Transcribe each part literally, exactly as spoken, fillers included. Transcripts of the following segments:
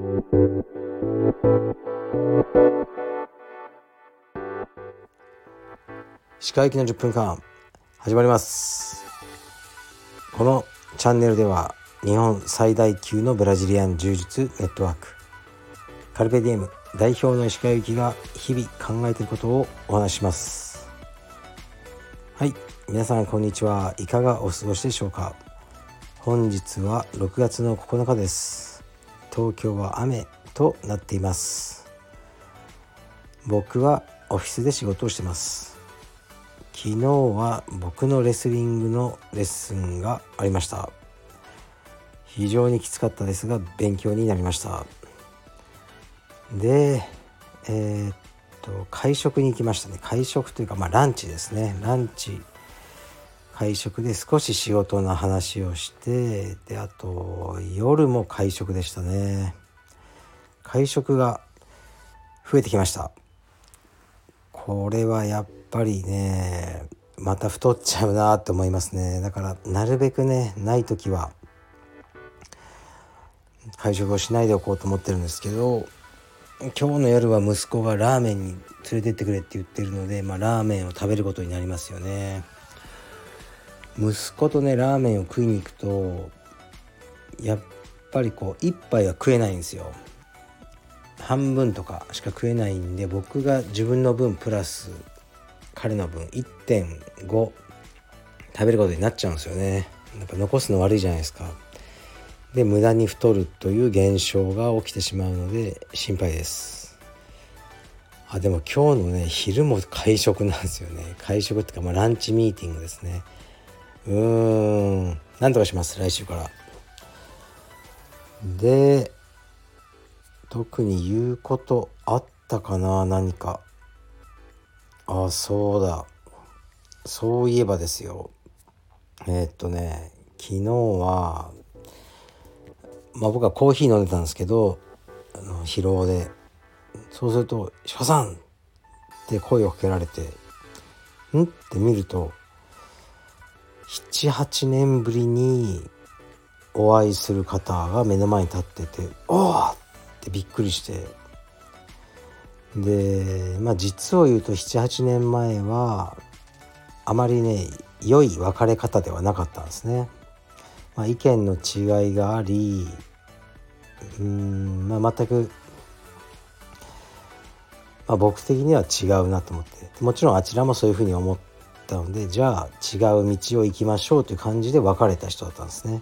歯科医のじゅっぷんかん始まります。このチャンネルでは日本最大級のブラジリアン柔術ネットワークカルペディエム代表の石川由紀が日々考えていることをお話しします。はい、皆さんこんにちは。いかがお過ごしでしょうか。本日はろくがつのここのかです。東京は雨となっています。僕はオフィスで仕事をしてます。昨日は僕のレスリングのレッスンがありました。非常にきつかったですが勉強になりました。で、えー、っと会食に行きましたね。会食というか、まあ、ランチですね。ランチ会食で少し仕事の話をして、であと夜も会食でしたね。会食が増えてきました。これはやっぱりねまた太っちゃうなと思いますね。だからなるべくねないときは会食をしないでおこうと思ってるんですけど、今日の夜は息子がラーメンに連れてってくれって言ってるので、まあ、ラーメンを食べることになりますよね。息子とねラーメンを食いに行くとやっぱりこう一杯は食えないんですよ。半分とかしか食えないんで、僕が自分の分プラス彼の分 いってんご 食べることになっちゃうんですよね。やっぱ残すの悪いじゃないですか。で無駄に太るという現象が起きてしまうので心配です。あでも今日のね昼も会食なんですよね。会食っていうか、まあ、ランチミーティングですね。うーんなんとかします。来週からで特に言うことあったかな。何かあそうだそういえばですよ。えー、っとね昨日はまあ僕はコーヒー飲んでたんですけど、あの疲労で、そうすると「石川さん!」って声をかけられて、んって見るとななはちねんぶりにお会いする方が目の前に立ってて、おーってびっくりして、でまあ実を言うとななはちねんまえはあまりね良い別れ方ではなかったんですね。まあ、意見の違いがあり、うーん、まあ、全く、まあ、僕的には違うなと思って、もちろんあちらもそういうふうに思ったので、じゃあ違う道を行きましょうという感じで別れた人だったんですね。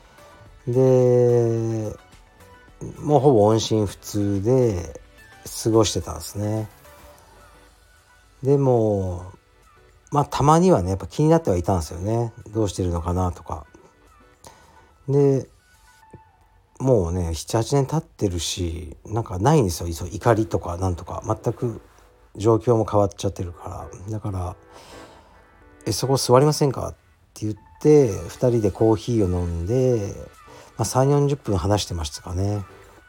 でもうほぼ音信不通で過ごしてたんですね。でもまあたまにはねやっぱ気になってはいたんですよね。どうしてるのかなとか。でもうねななはちねん経ってるし、なんかないんですよ。そう怒りとかなんとか全く状況も変わっちゃってるから。だからえそこ座りませんかって言ってふたりでコーヒーを飲んで、まあ、さんじゅうよんじゅっぷん話してましたかね。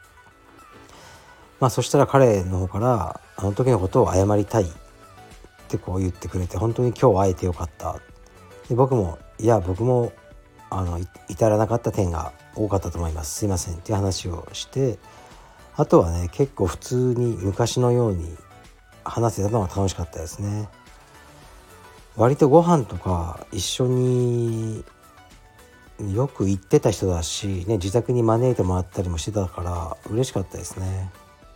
まあそしたら彼の方からあの時のことを謝りたいってこう言ってくれて、本当に今日会えてよかった。で僕もいや僕もあの至らなかった点が多かったと思います、すいませんっていう話をして、あとはね結構普通に昔のように話せたのが楽しかったですね。割とご飯とか一緒によく行ってた人だし、ね、自宅に招いてもらったりもしてたから嬉しかったですね。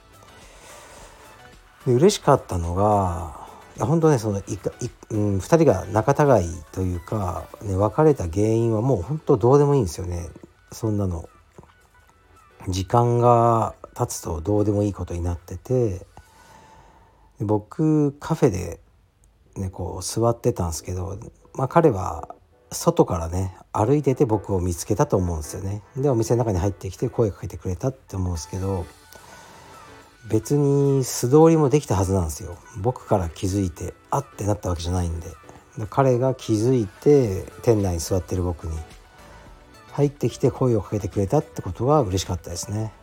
で嬉しかったのが本当ねそのいかい、うん、ふたりが仲違いというか、ね、別れた原因はもう本当どうでもいいんですよね。そんなの時間が経つとどうでもいいことになってて、で僕カフェで、ね、こう座ってたんですけど、まあ、彼は外からね歩いてて僕を見つけたと思うんですよね。でお店の中に入ってきて声かけてくれたって思うんですけど、別に素通りもできたはずなんですよ。僕から気づいてあってなったわけじゃないんで、で彼が気づいて店内に座ってる僕に入ってきて声をかけてくれたってことが嬉しかったですね。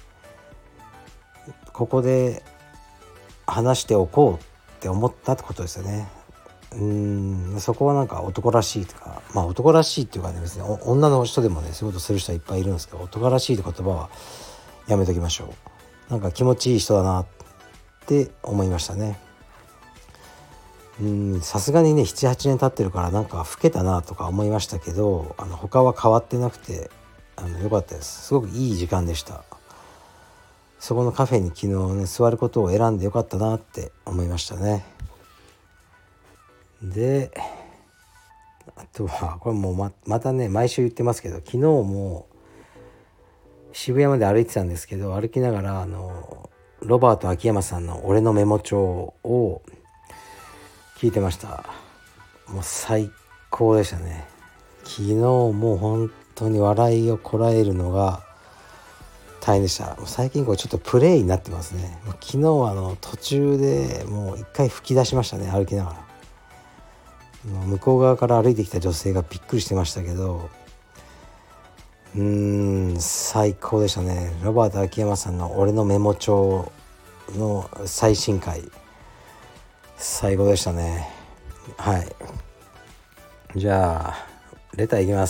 ここで話しておこうって思ったってことですよね。うーんそこはなんか男らしいとか、まあ男らしいっていうかね、別に女の人でもねそういうことする人はいっぱいいるんですけど、男らしいって言葉はやめときましょう。なんか気持ちいい人だなって思いましたね。うんさすがにねななはちねん経ってるからなんか老けたなとか思いましたけど、あの他は変わってなくてあの良かったです。すごくいい時間でした。そこのカフェに昨日ね座ることを選んでよかったなって思いましたね。であとはこれもう ま, またね毎週言ってますけど、昨日も渋谷まで歩いてたんですけど、歩きながらあのロバート秋山さんの俺のメモ帳を聞いてました。もう最高でしたね。昨日もう本当に笑いをこらえるのが大変でした。最近これちょっとプレイになってますね。昨日はあの途中でもう一回吹き出しましたね、歩きながら。向こう側から歩いてきた女性がびっくりしてましたけど、うーん最高でしたね。ロバート秋山さんの俺のメモ帳の最新回最高でしたね。はい、じゃあレターいきます。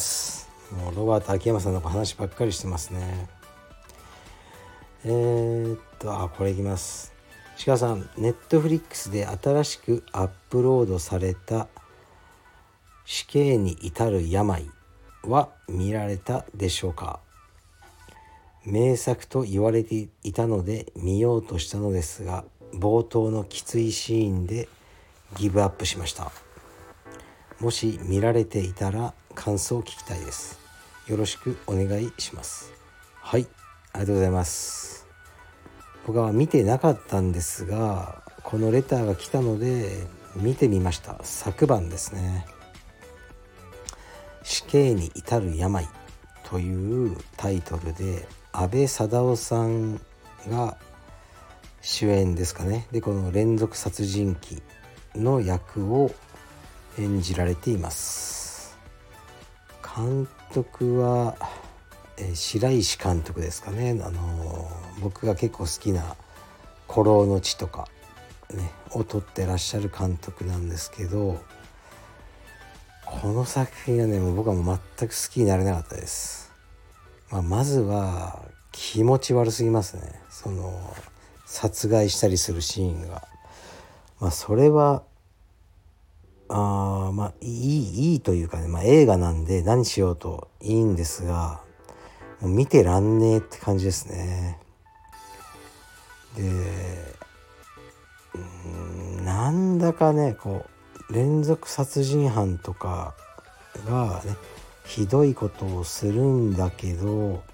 もうロバート秋山さんの話ばっかりしてますね。えー、っとあこれいきます。鹿さん、ネットフリックスで新しくアップロードされた死刑に至る病は見られたでしょうか。名作と言われていたので見ようとしたのですが、冒頭のきついシーンでギブアップしました。もし見られていたら感想を聞きたいです。よろしくお願いします。はい、ありがとうございます。僕は見てなかったんですが、このレターが来たので見てみました。昨晩ですね。死刑に至る病というタイトルで阿部サダヲさんが主演ですかね。でこの連続殺人鬼の役を演じられています。監督はえ白石監督ですかね。あの僕が結構好きな孤狼の血とかねを撮ってらっしゃる監督なんですけど、この作品はねもう僕はもう全く好きになれなかったです。まあ、まずは気持ち悪すぎますね。その殺害したりするシーンが、まあ、それはあまあいいいいというかね、まあ、映画なんで何しようといいんですが、もう見てらんねえって感じですね。でうーんなんだかねこう連続殺人犯とかがねひどいことをするんだけど、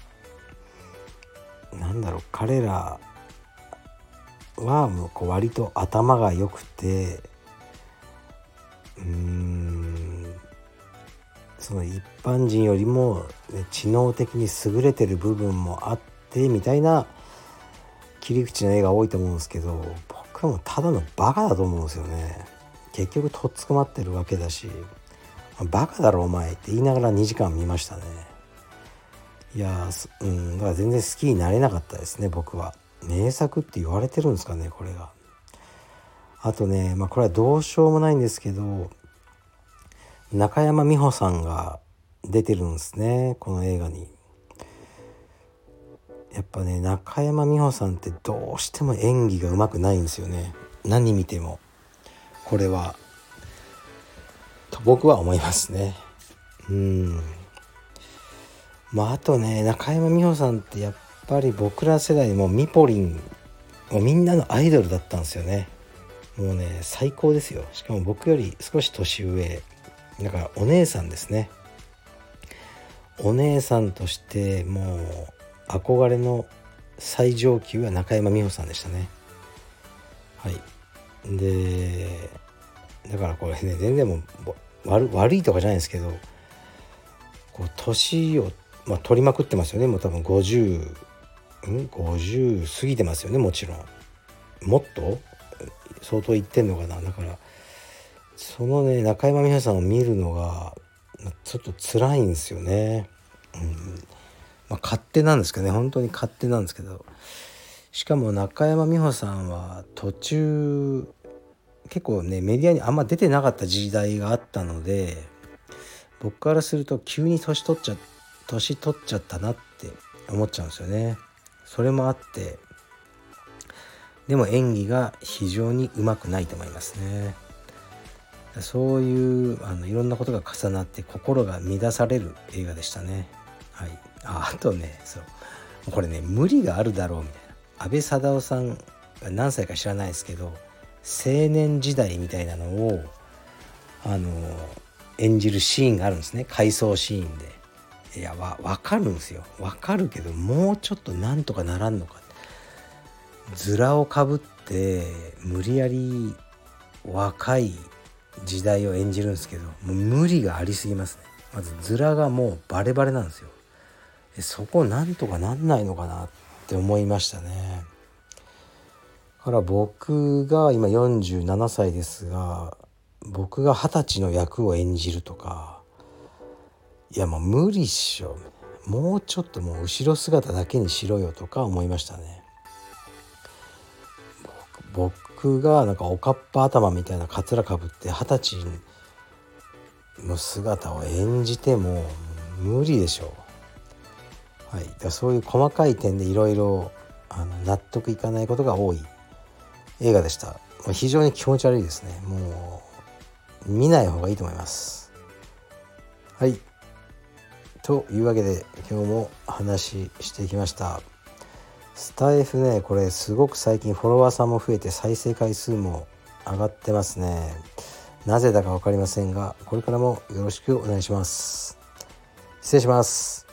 なんだろう彼らはもうこう割と頭が良くて、うーんその一般人よりも、ね、知能的に優れてる部分もあってみたいな切り口の絵が多いと思うんですけど、僕はもうただのバカだと思うんですよね。結局とっ捕まってるわけだし、バカだろお前って言いながらにじかん見ましたね。いやー、うん、だから全然好きになれなかったですね。僕は名作って言われてるんですかねこれが。あとね、まあこれはどうしようもないんですけど、中山美穂さんが出てるんですねこの映画に。やっぱね中山美穂さんってどうしても演技がうまくないんですよね。何見てもこれはと僕は思いますね。うんまああとね中山美穂さんってやっぱり僕ら世代もミポリンもうみんなのアイドルだったんですよね。もうね最高ですよ。しかも僕より少し年上だからお姉さんですね。お姉さんとしてもう憧れの最上級は中山美穂さんでしたね。はいでだからこれね全然もう悪、悪いとかじゃないですけど、こう年を、まあ、取りまくってますよね。もう多分ごじゅう、んごじゅう過ぎてますよね。もちろんもっと相当いってんのかな。だからそのね中山美穂さんを見るのがちょっと辛いんですよね。うんまあ、勝手なんですけどね本当に勝手なんですけど、しかも中山美穂さんは途中結構ねメディアにあんま出てなかった時代があったので、僕からすると急に年取っちゃ年取っちゃったなって思っちゃうんですよね。 それもあってでも演技が非常にうまくないと思いますね。そういうあのいろんなことが重なって心が乱される映画でしたね。はい、あ, あとねそうこれね無理があるだろうみたいな、阿部サダヲさんが何歳か知らないですけど青年時代みたいなのをあの演じるシーンがあるんですね。回想シーンで。いやわ分かるんですよ。分かるけどもうちょっとなんとかならんのか。ズラをかぶって無理やり若い時代を演じるんですけどもう無理がありすぎますね。まずズラがもうバレバレなんですよ。そこなんとかなんないのかなって思いましたね。だから僕が今よんじゅうななさいですが僕がはたちの役を演じるとかいやもう無理っしょ、もうちょっともう後ろ姿だけにしろよとか思いましたね。僕がなんかおかっぱ頭みたいなカツラかぶってはたちの姿を演じても無理でしょう。はい、だそういう細かい点でいろいろ納得いかないことが多い映画でした。非常に気持ち悪いですね。もう見ない方がいいと思います。はい、というわけで今日も話していきました。スタイフねこれすごく最近フォロワーさんも増えて再生回数も上がってますね。なぜだか分かりませんがこれからもよろしくお願いします。失礼します。